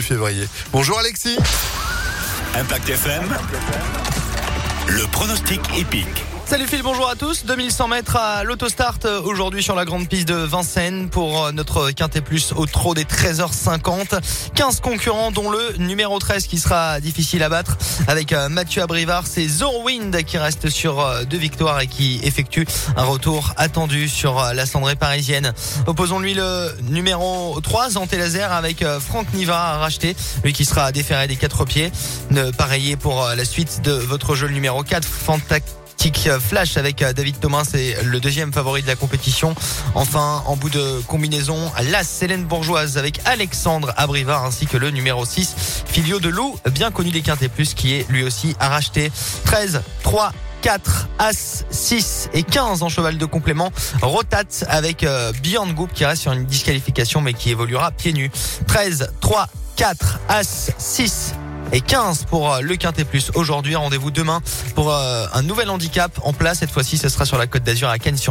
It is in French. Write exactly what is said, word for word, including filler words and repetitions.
février. Bonjour Alexis. Impact F M, le pronostic épique. Salut Phil, bonjour à tous. deux mille cent mètres à l'autostart aujourd'hui sur la grande piste de Vincennes pour notre Quintet Plus au trot des treize heures cinquante. quinze concurrents dont le numéro treize qui sera difficile à battre avec Mathieu Abrivard. C'est Zorwind qui reste sur deux victoires et qui effectue un retour attendu sur la cendrée parisienne. Opposons-lui le numéro trois, Zanté Laser, avec Franck Niva à racheter. Lui qui sera déféré des quatre pieds. Pareil pour la suite de votre jeu, le numéro quatre, Fantac Flash avec David Thomas, c'est le deuxième favori de la compétition. Enfin, en bout de combinaison, la Célène Bourgeoise avec Alexandre Abrivard ainsi que le numéro six, Filio de Loup, bien connu des Quintet Plus, qui est lui aussi à racheter. treize, trois, quatre, As, six et quinze en cheval de complément. Rotate avec euh, Beyond Group qui reste sur une disqualification mais qui évoluera pieds nus. treize, trois, quatre, As, six et quinze pour le Quintet Plus. Aujourd'hui, rendez-vous demain pour euh, un nouvel handicap en place. Cette fois-ci, ce sera sur la Côte d'Azur à Cannes sur